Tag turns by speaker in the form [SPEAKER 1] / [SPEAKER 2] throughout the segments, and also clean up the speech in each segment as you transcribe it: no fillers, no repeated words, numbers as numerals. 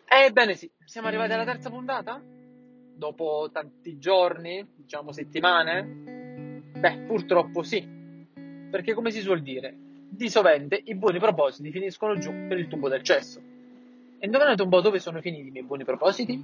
[SPEAKER 1] Ebbene sì, siamo arrivati alla terza puntata? Dopo tanti giorni, diciamo settimane? Beh, purtroppo sì, perché come si suol dire, di sovente i buoni propositi finiscono giù per il tubo del cesso. E indovinate un po' dove sono finiti i miei buoni propositi?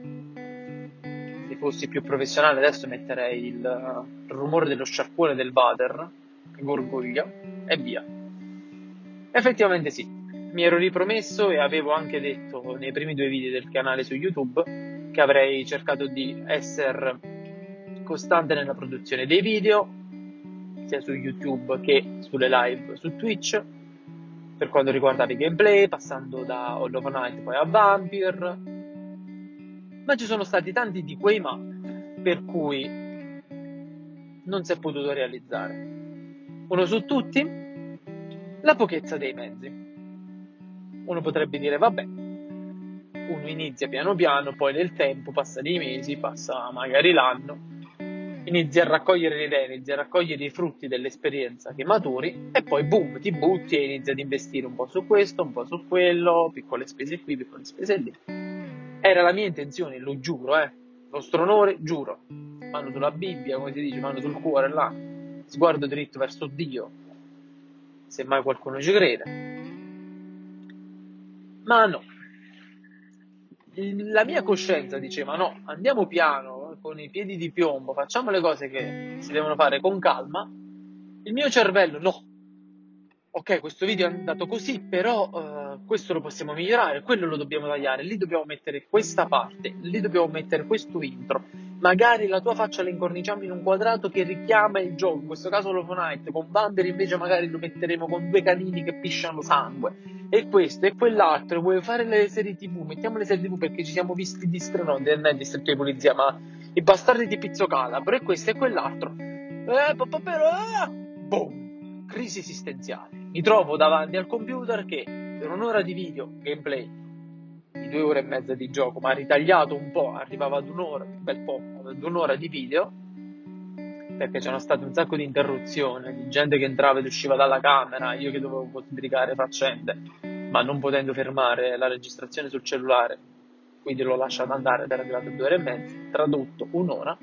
[SPEAKER 1] Se fossi più professionale adesso metterei il rumore dello sciacquone del water che gorgoglia e via. Effettivamente sì, mi ero ripromesso e avevo anche detto nei primi due video del canale su YouTube che avrei cercato di essere costante nella produzione dei video, sia su YouTube che sulle live su Twitch, per quanto riguardava i gameplay, passando da Hollow Knight poi a Vampire. Ma ci sono stati tanti di quei ma per cui non si è potuto realizzare. Uno su tutti, la pochezza dei mezzi. Uno potrebbe dire, vabbè, uno inizia piano piano, poi nel tempo, passano i mesi, passa magari l'anno, inizi a raccogliere le idee, inizi a raccogliere i frutti dell'esperienza che maturi e poi boom, ti butti e inizi ad investire un po' su questo, un po' su quello, piccole spese qui, piccole spese lì. Era la mia intenzione, lo giuro, nostro onore, giuro. Mano sulla Bibbia, come si dice, mano sul cuore, là, sguardo dritto verso Dio, se mai qualcuno ci crede. Ma no, la mia coscienza diceva no, andiamo piano, con i piedi di piombo, facciamo le cose che si devono fare con calma. Il mio cervello no, ok, questo video è andato così, però questo lo possiamo migliorare, quello lo dobbiamo tagliare, lì dobbiamo mettere questa parte, lì dobbiamo mettere questo intro. Magari la tua faccia la incorniciamo in un quadrato che richiama il gioco, in questo caso Hollow Knight, con Vampire invece magari lo metteremo con due canini che pisciano sangue. E questo e quell'altro, vuoi fare le serie TV, mettiamo le serie TV perché ci siamo visti no, non è distretto di polizia, ma i bastardi di Pizzo Calabro, e questo e quell'altro. Però, boom, crisi esistenziale. Mi trovo davanti al computer che per un'ora di video, gameplay, di 2 ore e mezza di gioco, ma ritagliato un po', arrivava ad un'ora, un bel po', ad un'ora di video, perché c'erano state un sacco di interruzioni, di gente che entrava ed usciva dalla camera, io che dovevo sbrigare faccende, ma non potendo fermare la registrazione sul cellulare, quindi l'ho lasciato andare ed era arrivato a 2 ore e mezza, tradotto un'ora.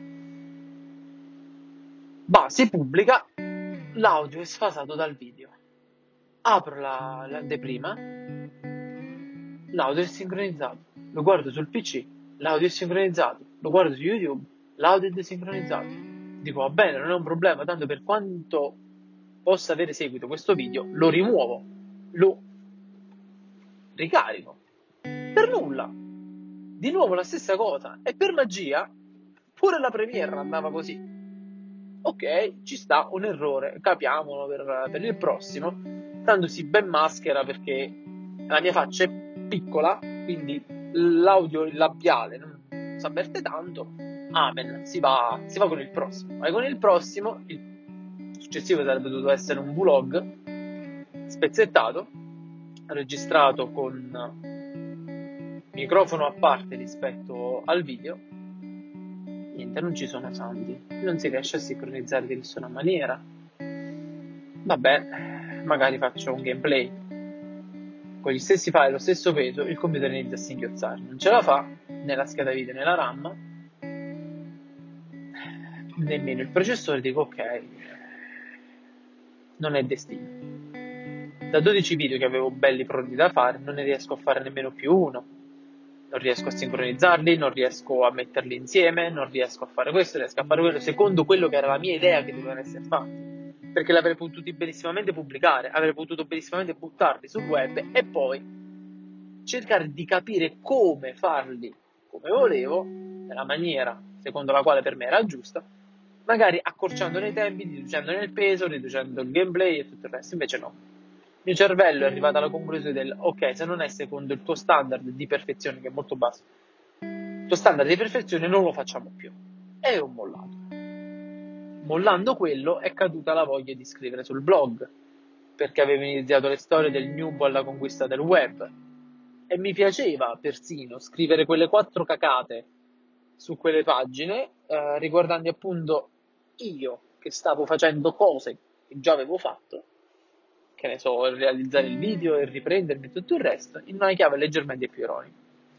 [SPEAKER 1] Bah, si pubblica, l'audio è sfasato dal video. Apro l'anteprima, l'audio è sincronizzato. Lo guardo sul PC, l'audio è sincronizzato. Lo guardo su YouTube, l'audio è desincronizzato. Dico, va bene, non è un problema, tanto per quanto possa avere seguito questo video, lo rimuovo, lo ricarico. Per nulla. Di nuovo la stessa cosa. E per magia, pure la Premiere andava così. Ok, ci sta un errore, capiamolo per il prossimo. Tanto si ben maschera perché la mia faccia è piccola, quindi l'audio labiale non si avverte tanto. Amen, si va con il prossimo. Vai con il prossimo, il successivo sarebbe dovuto essere un vlog spezzettato, registrato con microfono a parte rispetto al video. Niente, non ci sono santi, non si riesce a sincronizzare di nessuna maniera. Vabbè, magari faccio un gameplay con gli stessi file, lo stesso peso, il computer inizia a singhiozzare, non ce la fa, né la scheda video né la RAM, nemmeno il processore. Dico ok, non è destino. Da 12 video che avevo belli pronti da fare, non ne riesco a fare nemmeno più uno. Non riesco a sincronizzarli, non riesco a metterli insieme, non riesco a fare questo, non riesco a fare quello, secondo quello che era la mia idea che dovevano essere fatti. Perché l'avrei potuto benissimamente pubblicare, avrei potuto benissimamente buttarli sul web e poi cercare di capire come farli come volevo, nella maniera secondo la quale per me era giusta, magari accorciandone i tempi, riducendone il peso, riducendo il gameplay e tutto il resto. Invece no. Il mio cervello è arrivato alla conclusione del ok, se non è secondo il tuo standard di perfezione, che è molto basso, il tuo standard di perfezione non lo facciamo più. E ho mollato. Mollando quello è caduta la voglia di scrivere sul blog, perché avevo iniziato le storie del noob alla conquista del web e mi piaceva persino scrivere quelle 4 cacate su quelle pagine riguardanti appunto io che stavo facendo cose che già avevo fatto, che ne so, realizzare il video e riprendermi e tutto il resto, in una chiave leggermente più ironica.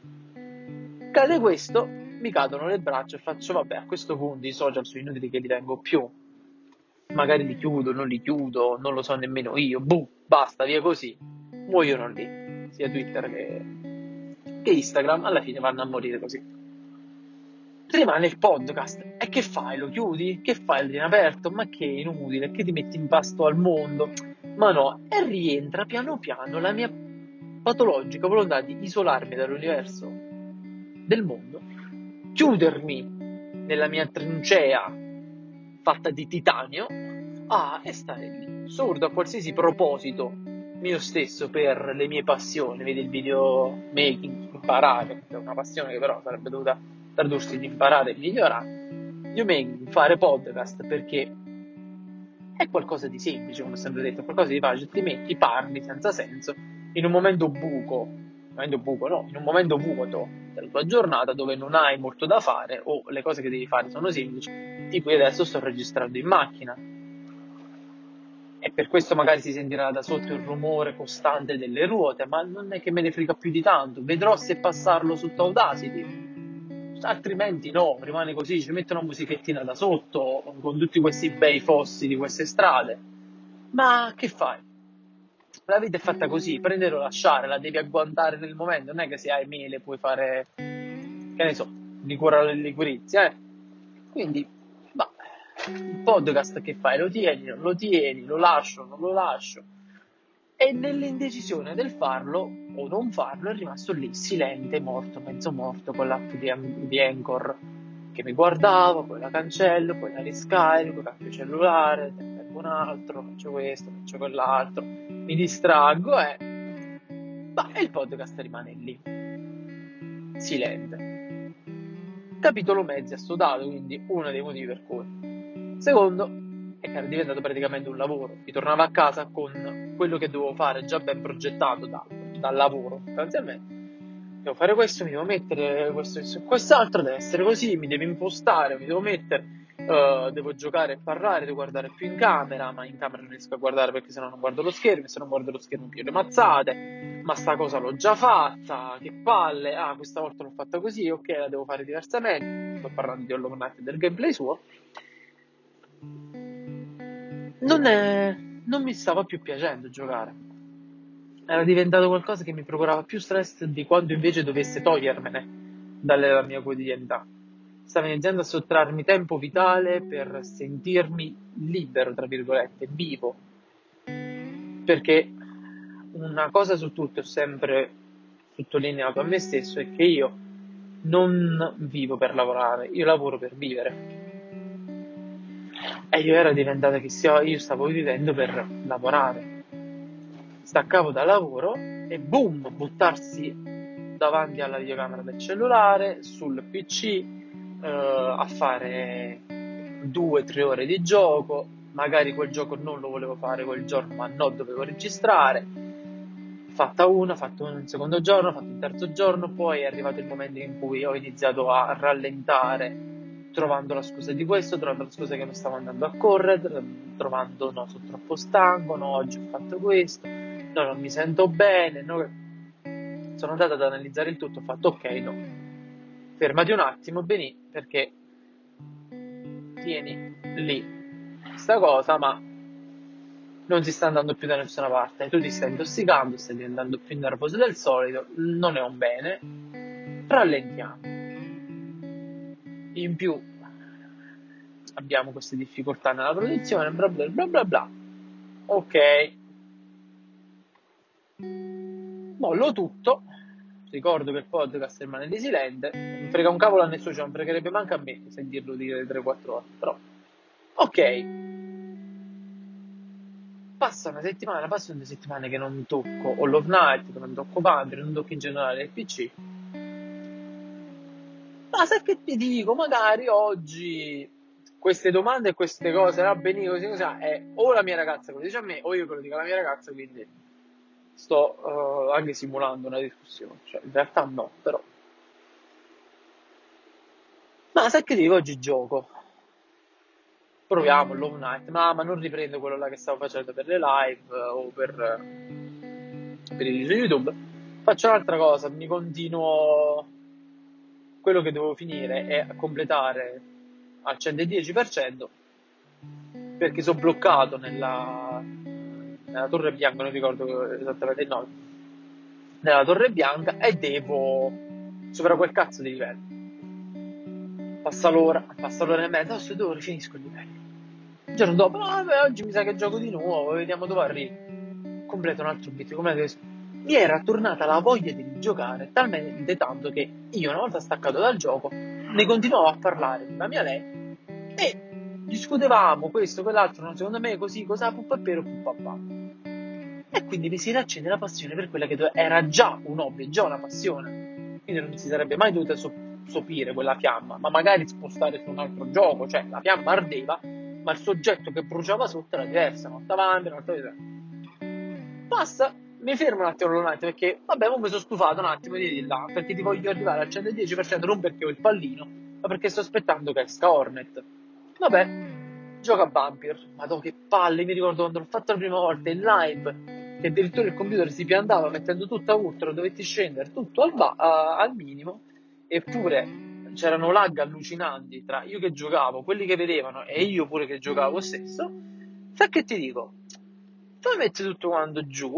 [SPEAKER 1] Cade questo, mi cadono le braccia e faccio, vabbè, a questo punto i social sono inutili che li tengo più. Magari li chiudo, non li chiudo, non lo so nemmeno io. Boh, basta, via così. Muoiono lì. Sia Twitter che Instagram, alla fine vanno a morire così. Rimane il podcast. E che fai? Lo chiudi? Che fai? Lo tieni aperto? Ma che inutile, che ti metti in pasto al mondo? Ma no, e rientra piano piano la mia patologica volontà di isolarmi dall'universo del mondo, chiudermi nella mia trincea fatta di titanio, e stare lì, sordo a qualsiasi proposito mio stesso per le mie passioni, vedi il video making, imparare, che è una passione che però sarebbe dovuta tradursi in imparare e migliorare, video making, fare podcast, perché è qualcosa di semplice, come ho sempre detto, è qualcosa di facile, ti metti, parli senza senso, in un momento buco, in un momento vuoto della tua giornata dove non hai molto da fare o le cose che devi fare sono semplici, tipo io adesso sto registrando in macchina e per questo magari si sentirà da sotto il rumore costante delle ruote, ma non è che me ne frega più di tanto, vedrò se passarlo sotto Audacity. Altrimenti no, rimane così, ci metto una musichettina da sotto con tutti questi bei fossi di queste strade. Ma che fai? La vita è fatta così, prendere o lasciare, la devi agguantare nel momento, non è che se hai mele puoi fare, che ne so, liquore alle liquirizia, eh. Quindi, ma, il podcast che fai? Lo tieni, non lo tieni, lo lascio, non lo lascio. E nell'indecisione del farlo o non farlo è rimasto lì, silente, morto, mezzo morto, con l'app di Anchor che mi guardavo, poi la cancello, poi la riscarico, cambio cellulare, ne prendo un altro, faccio questo, faccio quell'altro, mi distraggo e il podcast rimane lì, silente. Capitolo mezzo assodato, quindi uno dei motivi per cui. Secondo, è che era diventato praticamente un lavoro. Mi tornavo a casa con quello che dovevo fare già ben progettato dal lavoro, sostanzialmente. Devo fare questo, mi devo mettere questo e quest'altro, deve essere così, mi devo impostare, mi devo mettere, devo giocare e parlare, devo guardare più in camera, ma in camera non riesco a guardare perché sennò non guardo lo schermo, e se non guardo lo schermo più le mazzate, ma sta cosa l'ho già fatta, che palle, questa volta l'ho fatta così, ok, la devo fare diversamente, sto parlando di Hollow Knight e del gameplay suo, non mi stava più piacendo giocare. Era diventato qualcosa che mi procurava più stress di quanto invece dovesse togliermene dalla mia quotidianità. Stava iniziando a sottrarmi tempo vitale per sentirmi libero, tra virgolette, vivo. Perché una cosa su tutte ho sempre sottolineato a me stesso è che io non vivo per lavorare, io lavoro per vivere. E io era diventata che io stavo vivendo per lavorare. Staccavo dal lavoro e boom, buttarsi davanti alla videocamera del cellulare, sul PC, a fare 2 o 3 ore di gioco. Magari quel gioco non lo volevo fare quel giorno, ma no, dovevo registrare. Fatta una, fatto un secondo giorno, fatto un terzo giorno, poi è arrivato il momento in cui ho iniziato a rallentare, trovando la scusa di questo, trovando la scusa che non stavo andando a correre, trovando no, sono troppo stanco, no, oggi ho fatto questo, no, non mi sento bene, no. Sono andato ad analizzare il tutto, ho fatto ok, no, fermati un attimo, Beni, perché tieni lì questa cosa, ma non si sta andando più da nessuna parte, tu ti stai intossicando, stai diventando più nervoso del solito, non è un bene, rallentiamo. In più abbiamo queste difficoltà nella produzione, bla bla bla bla bla. Ok, mollo tutto, ricordo che il podcast rimane di silente, non frega un cavolo a nessuno, cioè non fregherebbe manco a me sentirlo dire 3-4 ore, però ok, passano 2 settimane che non tocco Hollow Knight, che non tocco Vampire, non tocco in generale il PC. Ma sai che ti dico, magari oggi queste domande e queste cose, va benissimo così, così, è o la mia ragazza che lo dice a me, o io che lo dico alla mia ragazza, quindi sto anche simulando una discussione, cioè in realtà no, però. Ma sai che ti dico, oggi gioco, proviamo Love Night, ma non riprendo quello là che stavo facendo per le live o per i video su YouTube. faccio un'altra cosa, mi continuo quello che devo finire è completare al 110% perché sono bloccato nella Torre Bianca, non ricordo esattamente il nome, nella Torre Bianca e devo superare quel cazzo di livello. Passa l'ora e mezza, se devo rifinisco il livello. Il giorno dopo, no, vabbè, oggi mi sa che gioco di nuovo, vediamo dove arrivo. Completo un altro obiettivo, mi era tornata la voglia di giocare talmente tanto che io, una volta staccato dal gioco, ne continuavo a parlare con la mia lei e discutevamo questo, quell'altro, no, secondo me così, cosa, puppapero, puppapà. E quindi mi si riaccende la passione per quella che era già un hobby, già una passione. Quindi non si sarebbe mai dovuta sopire quella fiamma, ma magari spostare su un altro gioco, cioè la fiamma ardeva, ma il soggetto che bruciava sotto era diverso, una volta avanti, una volta dietro. Basta, mi fermo un attimo perché, vabbè, mi sono stufato un attimo di là, perché ti voglio arrivare al 110% non perché ho il pallino, ma perché sto aspettando che esca Hornet. Vabbè, gioca a Vampire. Madò, che palle, mi ricordo quando l'ho fatto la prima volta in live, che addirittura il computer si piantava mettendo tutto a ultra, dovetti scendere tutto al minimo, eppure c'erano lag allucinanti tra io che giocavo, quelli che vedevano e io pure che giocavo stesso. Sai che ti dico? Poi metti tutto quanto giù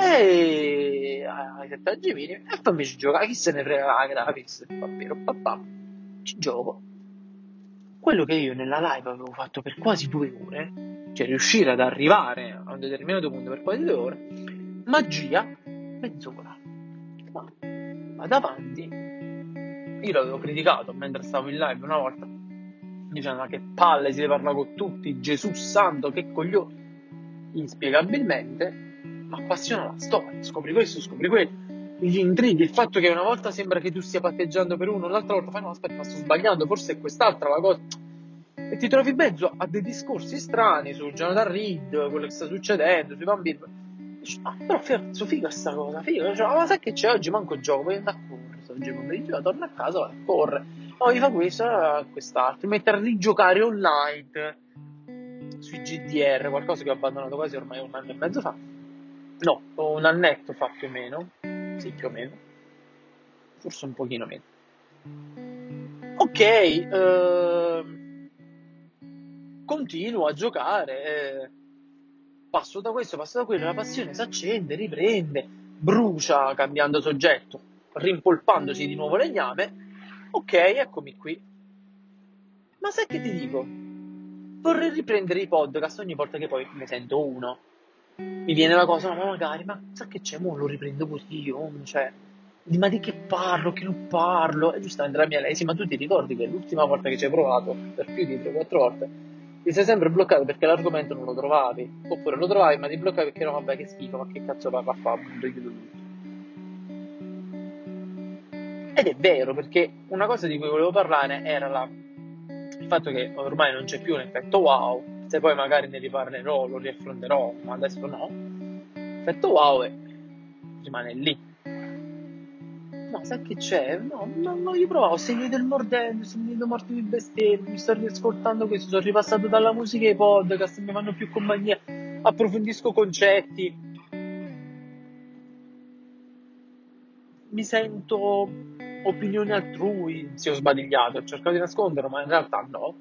[SPEAKER 1] e ai settaggi minimi e poi mi ci gioca. Chi se ne frega la graphics? Papero, papà. Ci gioco. Quello che io nella live avevo fatto per quasi 2 ore, cioè riuscire ad arrivare a un determinato punto per quasi 2 ore, magia, mezz'ora. Ma vado avanti. Io l'avevo criticato mentre stavo in live una volta, dicendo ma che palle, si deve parlare con tutti, Gesù santo, che coglione. Inspiegabilmente mi appassiona la storia, scopri questo, scopri quello, gli intrighi, il fatto che una volta sembra che tu stia patteggiando per uno, l'altra volta fai no, aspetta, ma sto sbagliando, forse è quest'altra la cosa, e ti trovi in mezzo a dei discorsi strani su Jonathan Reed, quello che sta succedendo, sui bambini. Dici, però cazzo, figa sta cosa, figa, cioè, ma sai che c'è oggi, manco gioco, voglio andare a correre, oggi pomeriggio, torno a casa, vado a correre, poi fa questo, quest'altro, mi metto a rigiocare online sui GDR, qualcosa che ho abbandonato quasi ormai 1 anno e mezzo fa. No, un annetto fa più o meno. Sì, più o meno. Forse un pochino meno. Ok, continuo a giocare. Passo da questo, passo da quello. La passione si accende, riprende, brucia cambiando soggetto, rimpolpandosi di nuovo legname. Ok, eccomi qui. Ma sai che ti dico? Vorrei riprendere i podcast ogni volta che poi ne sento uno. Mi viene la cosa, no, ma magari, ma sa che c'è, mo lo riprendo così io, cioè, ma di che parlo, che non parlo? E giustamente la mia lei, sì, ma tu ti ricordi che l'ultima volta che ci hai provato, per più di 3-4 volte, ti sei sempre bloccato perché l'argomento non lo trovavi, oppure lo trovavi ma ti bloccavi perché no, vabbè, che schifo, ma che cazzo parla a fare, appunto, chiudo tutto. Ed è vero, perché una cosa di cui volevo parlare era il fatto che ormai non c'è più un effetto wow, se poi magari ne riparlerò, lo riaffronterò, ma adesso no. L'effetto wow rimane lì. No, sai che c'è? No, non io provavo, ho sentito il mordendo, ho sentito morti di bestemmie, mi sto riascoltando questo, sono ripassato dalla musica ai podcast, mi fanno più compagnia, approfondisco concetti, mi sento opinioni altrui, sì ho sbadigliato, ho cercato di nasconderlo, ma in realtà no.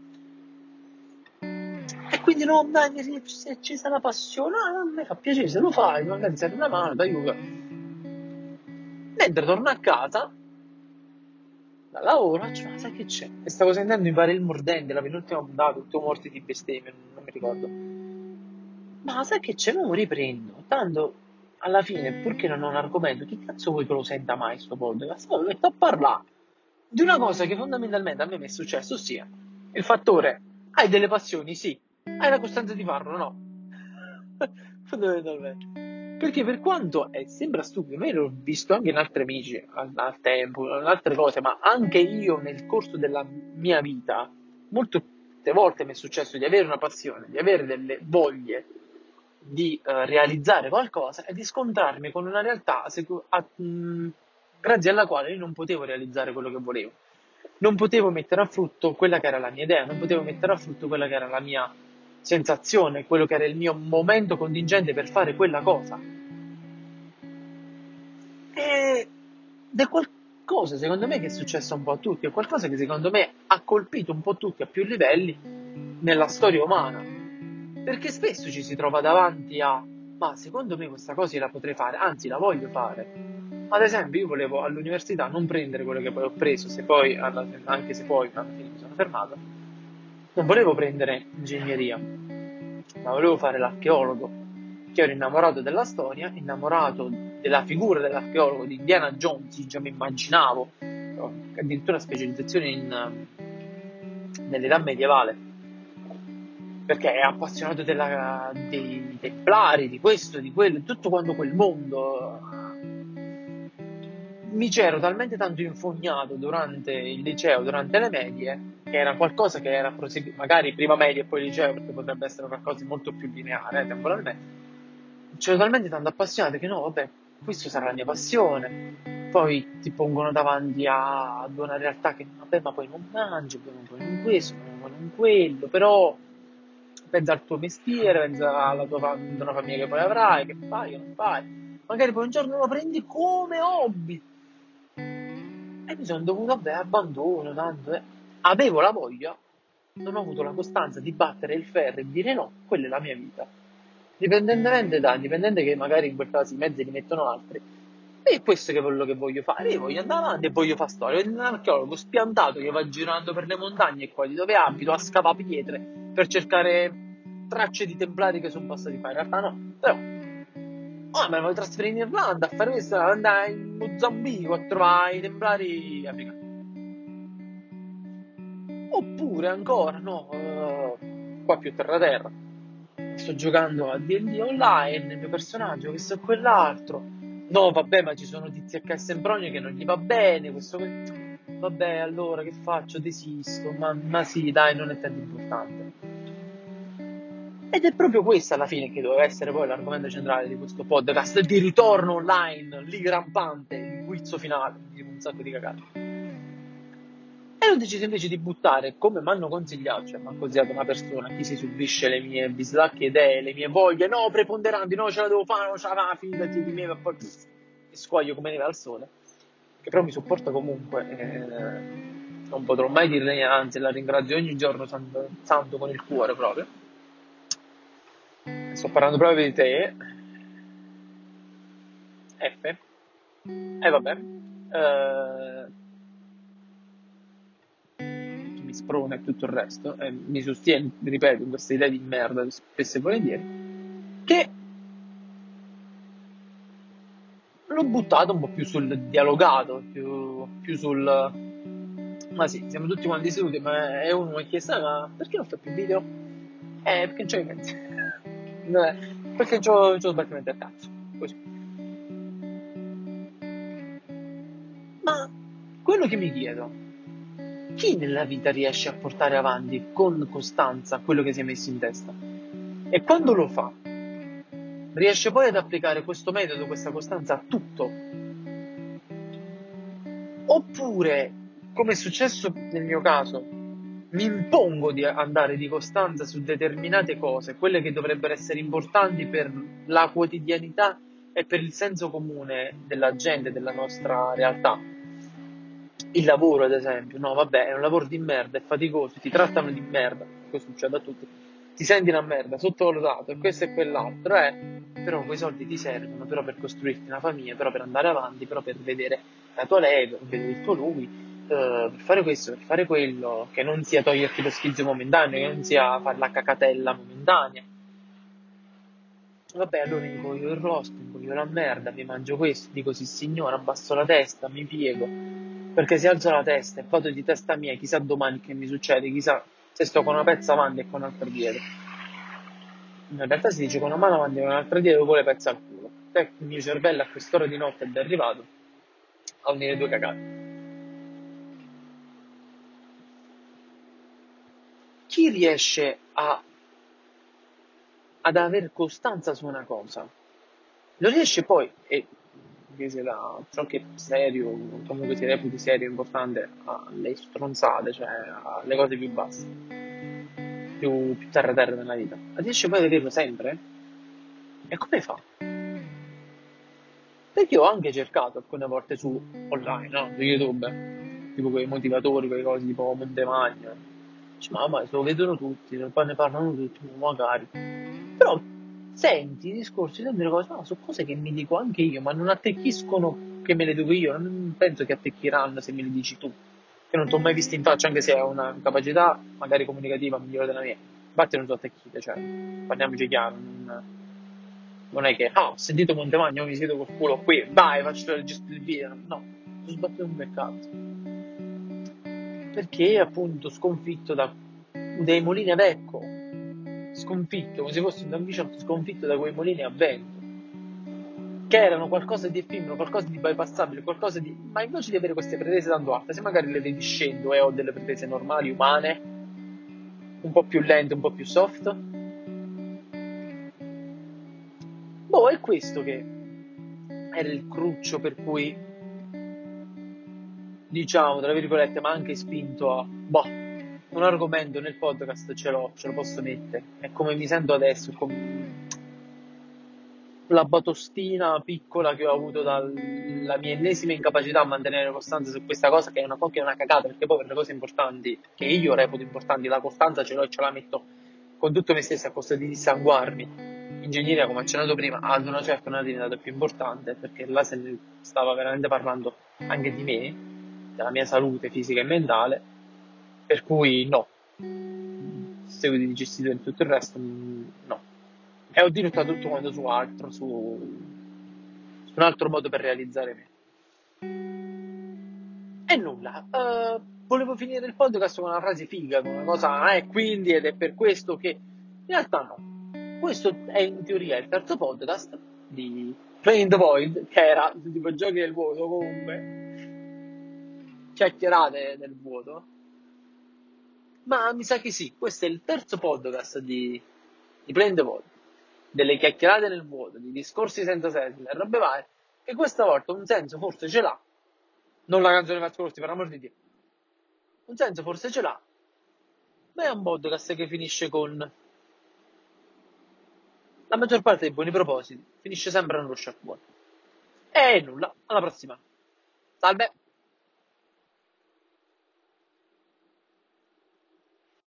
[SPEAKER 1] E quindi no, dai, si è accesa la passione, a me fa piacere, se lo fai, magari serve una mano, ti aiuta. Mentre torno a casa, da lavoro, faccio, ma sai che c'è? E stavo sentendo mi pare il mordente, la penultima puntata, tutto morti di bestemmie, non mi ricordo. Ma sai che c'è? Mo riprendo. Tanto, alla fine, purché non ho un argomento, chi cazzo vuoi che lo senta mai sto podcast? Poi mi metto a parlare di una cosa che fondamentalmente a me mi è successo, ossia il fattore, hai delle passioni, sì, hai la costanza di farlo, no? Fondamentalmente. Perché per quanto sembra stupido, ma io l'ho visto anche in altri amici al tempo, in altre cose, ma anche io nel corso della mia vita, molte volte mi è successo di avere una passione, di avere delle voglie di realizzare qualcosa e di scontrarmi con una realtà grazie alla quale io non potevo realizzare quello che volevo. Non potevo mettere a frutto quella che era la mia idea, non potevo mettere a frutto quella che era la mia sensazione, quello che era il mio momento contingente per fare quella cosa. Ed è qualcosa, secondo me, che è successo un po' a tutti, è qualcosa che secondo me ha colpito un po' tutti a più livelli nella storia umana. Perché spesso ci si trova davanti a, ma secondo me questa cosa io la potrei fare, anzi la voglio fare. Ad esempio, io volevo all'università non prendere quello che poi ho preso, anche se poi alla fine mi sono fermato, non volevo prendere ingegneria, ma volevo fare l'archeologo, che ero innamorato della storia, innamorato della figura dell'archeologo di Indiana Jones, già mi immaginavo, addirittura specializzazione nell'età medievale, perché è appassionato dei templari, di questo, di quello, tutto quanto quel mondo. Mi c'ero talmente tanto infognato durante il liceo, durante le medie, che era qualcosa che era proseguito, magari prima media e poi liceo, perché potrebbe essere qualcosa di molto più lineare, temporalmente. C'ero talmente tanto appassionato che no, vabbè, questa sarà la mia passione. Poi ti pongono davanti ad una realtà che, vabbè, ma poi non mangi, poi non questo, poi non quello, però pensa al tuo mestiere, pensa ad una famiglia che poi avrai, che fai, che non fai. Magari poi un giorno lo prendi come hobby. E mi sono dovuto, vabbè, abbandono, tanto, eh. Avevo la voglia, non ho avuto la costanza di battere il ferro e dire no, quella è la mia vita. Dipendente che magari in quel caso i mezzi li mettono altri. E questo è quello che voglio fare. Io voglio andare avanti e voglio fare storia. Voglio diventare un archeologo spiantato che va girando per le montagne e qua di dove abito a scavare pietre per cercare tracce di templari che sono passati qua. In realtà no. Però, oh, me ne voglio trasferire in Irlanda a fare questo, andare in Mozambico a trovare i templari africani. Oppure ancora, no, qua più terra-terra. Sto giocando a D&D online, il mio personaggio, questo e quell'altro. No, vabbè, ma ci sono tizi a Sempronio che non gli va bene, Vabbè, allora che faccio? Desisto, ma sì, dai, non è tanto importante. Ed è proprio questo alla fine che doveva essere poi l'argomento centrale di questo podcast di ritorno online, lì rampante, il guizzo finale, mi dico un sacco di cagate. E ho deciso invece di buttare, come mi hanno consigliato, cioè mi ha consigliato una persona, chi si subisce le mie bislacche idee, le mie voglie, no, preponderanti, no, ce la devo fare, non ce la fa, fidati di me, ma poi e squaglio come neve al sole, che però mi supporta comunque, non potrò mai dirle niente, anzi la ringrazio ogni giorno santo con il cuore proprio. Sto parlando proprio di te, F, e vabbè, mi sprona e tutto il resto, e mi sostiene, ripeto, in queste idee di merda spesso e volentieri, che l'ho buttato un po' più sul dialogato, più sul... Ma sì, siamo tutti quanti seduti, ma è uno mi ha chiesto, ma perché non fai più video? Perché non c'ho i mezzi. No, perché c'ho sbattimento al cazzo. Così. Ma quello che mi chiedo, chi nella vita riesce a portare avanti con costanza quello che si è messo in testa? E quando lo fa, riesce poi ad applicare questo metodo, questa costanza a tutto? Oppure, come è successo nel mio caso, mi impongo di andare di costanza su determinate cose, quelle che dovrebbero essere importanti per la quotidianità e per il senso comune della gente, della nostra realtà. Il lavoro, ad esempio, no, vabbè, è un lavoro di merda, è faticoso, ti trattano di merda, questo succede a tutti, ti senti una merda, sottovalutato, e questo e quell'altro, però quei soldi ti servono, però per costruirti una famiglia, però per andare avanti, però per vedere la tua lei, per vedere il tuo lui, per fare questo, per fare quello, che non sia toglierti lo schizzo momentaneo, che non sia fare la cacatella momentanea. Vabbè, allora ingoio il rosto, ingoio la merda, mi mangio questo, dico sì signore, abbasso la testa, mi piego, perché se alzo la testa e vado di testa mia, chissà domani che mi succede, chissà se sto con una pezza avanti e con un'altra dietro. In realtà si dice con una mano avanti e con un'altra dietro, poi le pezza al culo. Il mio cervello a quest'ora di notte è ben arrivato a unire due cagate. Chi riesce ad avere costanza su una cosa, lo riesce poi, e che sia da ciò che è serio, comunque si reputi serio e importante, alle stronzate, cioè alle cose più basse, più terra-terra nella vita, riesce poi ad averlo sempre? E come fa? Perché ho anche cercato alcune volte su online, no? Su YouTube, tipo quei motivatori, quei cose tipo Montemagno. Dici, ma se lo vedono tutti, poi ne parlano tutti, magari. Però senti i discorsi, senti le cose, no, su cose che mi dico anche io, ma non attecchiscono che me le dico io, non penso che attecchiranno se me le dici tu, che non ti ho mai visto in faccia, anche se hai una capacità magari comunicativa migliore della mia. Infatti non so attecchite, cioè, parliamoci chiaro, non è che, ho sentito Montemagno, mi siedo col culo qui, vai, faccio registro il video. No, sono sbattuto un peccato. Perché appunto sconfitto da dei mulini a becco, sconfitto, come se fossi un Don Quixote sconfitto da quei mulini a vento, che erano qualcosa di effimero, qualcosa di bypassabile, qualcosa di... Ma invece di avere queste pretese tanto alte, se magari le ridiscendo e ho delle pretese normali, umane, un po' più lente, un po' più soft, boh, è questo che era il cruccio per cui, diciamo, tra virgolette, ma anche spinto a, boh, un argomento nel podcast ce lo posso mettere. È come mi sento adesso, con la batostina piccola che ho avuto dalla mia ennesima incapacità a mantenere costanza su questa cosa, che è che è una cagata, perché poi per le cose importanti, che io reputo importanti, la costanza ce l'ho e ce la metto con tutto me stesso a costo di dissanguarmi. Ingegneria, come accennato prima, ad una certa non è diventata più importante, perché là se ne stava veramente parlando anche di me, della mia salute fisica e mentale, per cui no, seguito di gestito e tutto il resto, no. E ho dirottato tutto quanto su altro, su un altro modo per realizzare me. E nulla, volevo finire il podcast con una frase figa, con una cosa, quindi, ed è per questo che... In realtà no. Questo è in teoria il terzo podcast di Playing the Void, che era tipo giochi del vuoto, comunque, chiacchierate del vuoto. Ma mi sa che sì, questo è il terzo podcast di Playing the Void, delle chiacchierate nel vuoto, di discorsi senza senso, e robe varie, che questa volta un senso forse ce l'ha. Non la canzone Fast Forti, per amor di Dio. Un senso forse ce l'ha, ma è un podcast che finisce con la maggior parte dei buoni propositi, finisce sempre nello sciacquone. E nulla, alla prossima. Salve!